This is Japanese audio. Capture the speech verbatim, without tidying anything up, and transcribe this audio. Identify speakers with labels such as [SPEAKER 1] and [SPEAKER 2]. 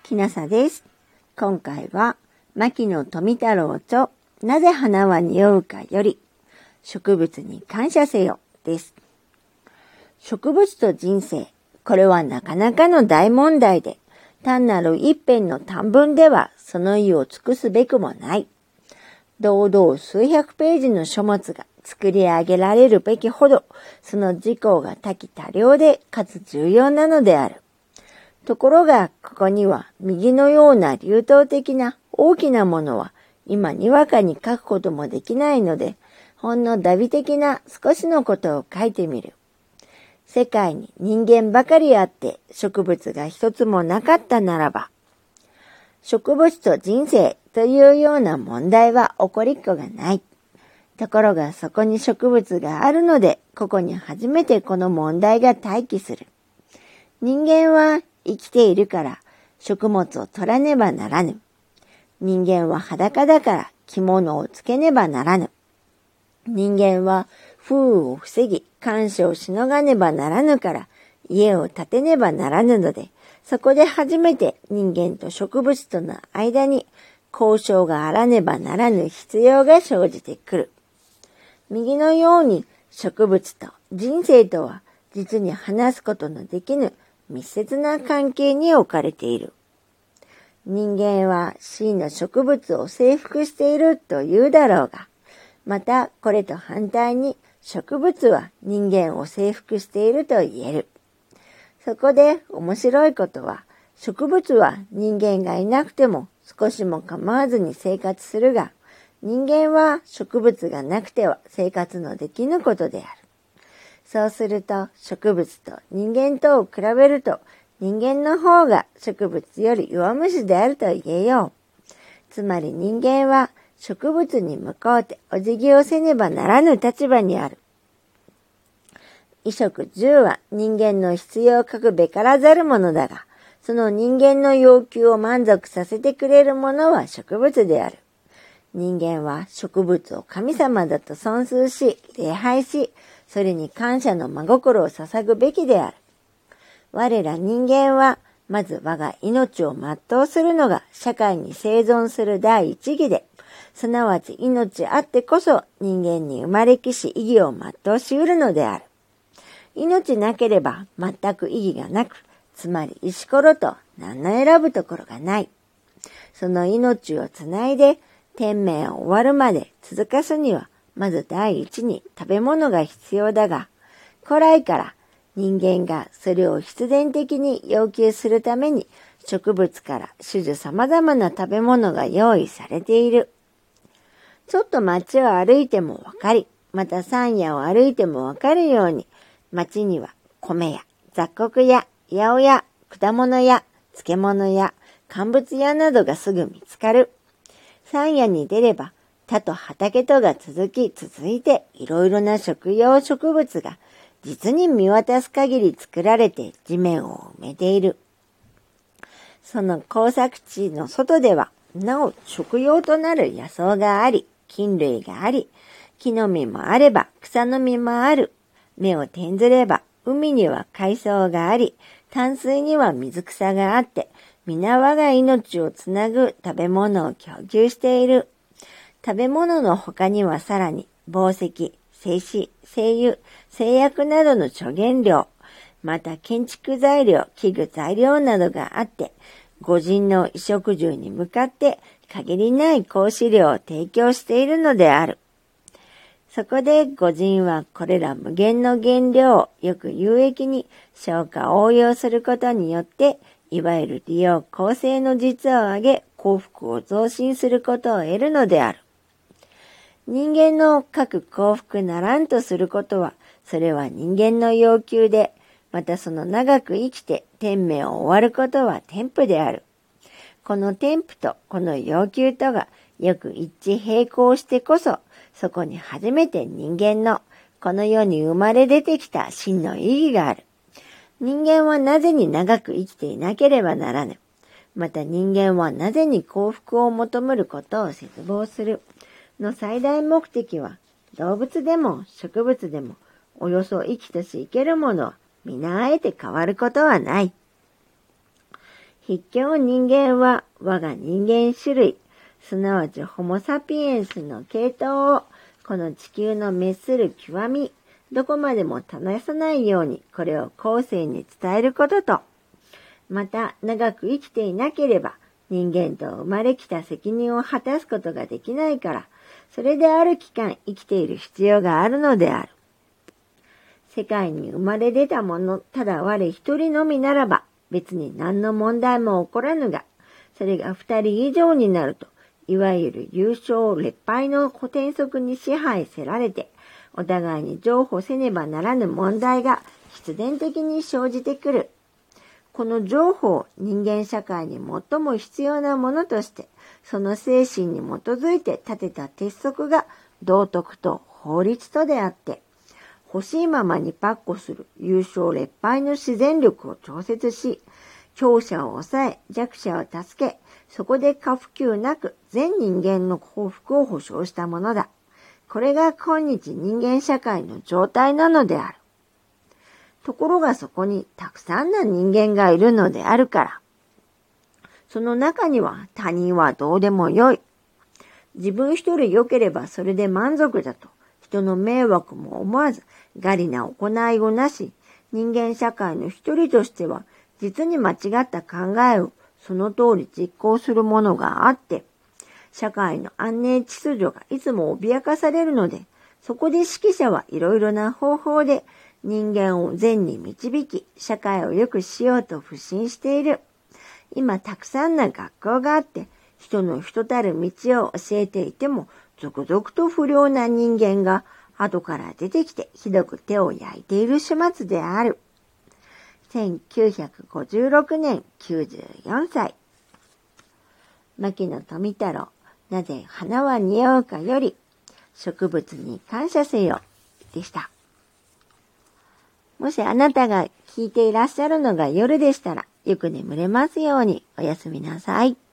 [SPEAKER 1] きなさです。今回は、牧野富太郎著、なぜ花は匂うかより、植物に感謝せよです。植物と人生、これはなかなかの大問題で、単なる一編の短文ではその意を尽くすべくもない。堂々数百ページの書物が作り上げられるべきほど、その事項が多岐多量でかつ重要なのである。ところが、ここには右のような流動的な大きなものは今にわかに書くこともできないので、ほんのダビ的な少しのことを書いてみる。世界に人間ばかりあって植物が一つもなかったならば、植物と人生というような問題は起こりっこがない。ところがそこに植物があるので、ここに初めてこの問題が待機する。人間は生きているから食物を取らねばならぬ。人間は裸だから着物をつけねばならぬ。人間は風雨を防ぎ、干渉をしのがねばならぬから家を建てねばならぬので、そこで初めて人間と植物との間に交渉があらねばならぬ必要が生じてくる。右のように植物と人生とは実に話すことのできぬ密接な関係に置かれている。人間は真の植物を征服していると言うだろうが、またこれと反対に植物は人間を征服していると言える。そこで面白いことは、植物は人間がいなくても少しも構わずに生活するが、人間は植物がなくては生活のできぬことである。そうすると植物と人間とを比べると人間の方が植物より弱虫であると言えよう。つまり人間は植物に向こうてお辞儀をせねばならぬ立場にある。衣食住は人間の必要かくべからざるものだが、その人間の要求を満足させてくれるものは植物である。人間は植物を神様だと尊崇し、礼拝し、それに感謝の真心を捧ぐべきである。我ら人間は、まず我が命を全うするのが社会に生存する第一義で、すなわち命あってこそ人間に生まれきし意義を全うし得るのである。命なければ全く意義がなく、つまり石ころと何の選ぶところがない。その命をつないで天命を終わるまで続かすには、まず第一に食べ物が必要だが、古来から人間がそれを必然的に要求するために植物から種々様々な食べ物が用意されている。ちょっと街を歩いてもわかり、また山野を歩いてもわかるように、街には米や雑穀や八百屋、果物屋、漬物屋、乾物屋などがすぐ見つかる。山野に出れば田と畑とが続き続いていろいろな食用植物が実に見渡す限り作られて地面を埋めている。その耕作地の外ではなお食用となる野草があり、菌類があり、木の実もあれば草の実もある。目を転ずれば海には海藻があり、淡水には水草があって、皆我が命をつなぐ食べ物を供給している。食べ物の他にはさらに紡績、製紙、製油、製薬などの諸原料、また建築材料、器具材料などがあって、御人の衣食住に向かって限りない香資料を提供しているのである。そこで御人はこれら無限の原料をよく有益に消化応用することによって、いわゆる利用構成の実を上げ、幸福を増進することを得るのである。人間の各幸福ならんとすることは、それは人間の要求で、またその長く生きて天命を終わることは天賦である。この天賦とこの要求とがよく一致並行してこそ、そこに初めて人間のこの世に生まれ出てきた真の意義がある。人間はなぜに長く生きていなければならぬ。また人間はなぜに幸福を求めることを切望する。の最大目的は、動物でも植物でもおよそ生きとし生けるものは皆あえて変わることはない。 筆境人間は我が人間種類、すなわちホモサピエンスの系統をこの地球の滅する極み、どこまでも正さないようにこれを後世に伝えることと、また長く生きていなければ人間と生まれきた責任を果たすことができないから、それである期間生きている必要があるのである。世界に生まれ出たもの、ただ我一人のみならば別に何の問題も起こらぬが、それが二人以上になると、いわゆる優勝劣敗の古典則に支配せられて、お互いに譲歩せねばならぬ問題が必然的に生じてくる。この譲歩を人間社会に最も必要なものとして、その精神に基づいて立てた鉄則が道徳と法律とであって、欲しいままに跋扈する優勝劣敗の自然力を調節し、強者を抑え弱者を助け、そこで過不及なく全人間の幸福を保障したものだ。これが今日人間社会の状態なのである。ところがそこにたくさんの人間がいるのであるから、その中には他人はどうでもよい。自分一人良ければそれで満足だと、人の迷惑も思わず、がりな行いをなし、人間社会の一人としては、実に間違った考えをその通り実行するものがあって、社会の安寧秩序がいつも脅かされるので、そこで指揮者はいろいろな方法で人間を善に導き、社会を良くしようと腐心している。今たくさんの学校があって、人の人たる道を教えていても、続々と不良な人間が後から出てきてひどく手を焼いている始末である。せんきゅうひゃくごじゅうろくねんきゅうじゅうよんさい。牧野富太郎、なぜ花は似合うかより、植物に感謝せよ、でした。もしあなたが聞いていらっしゃるのが夜でしたら、よく眠れますようにおやすみなさい。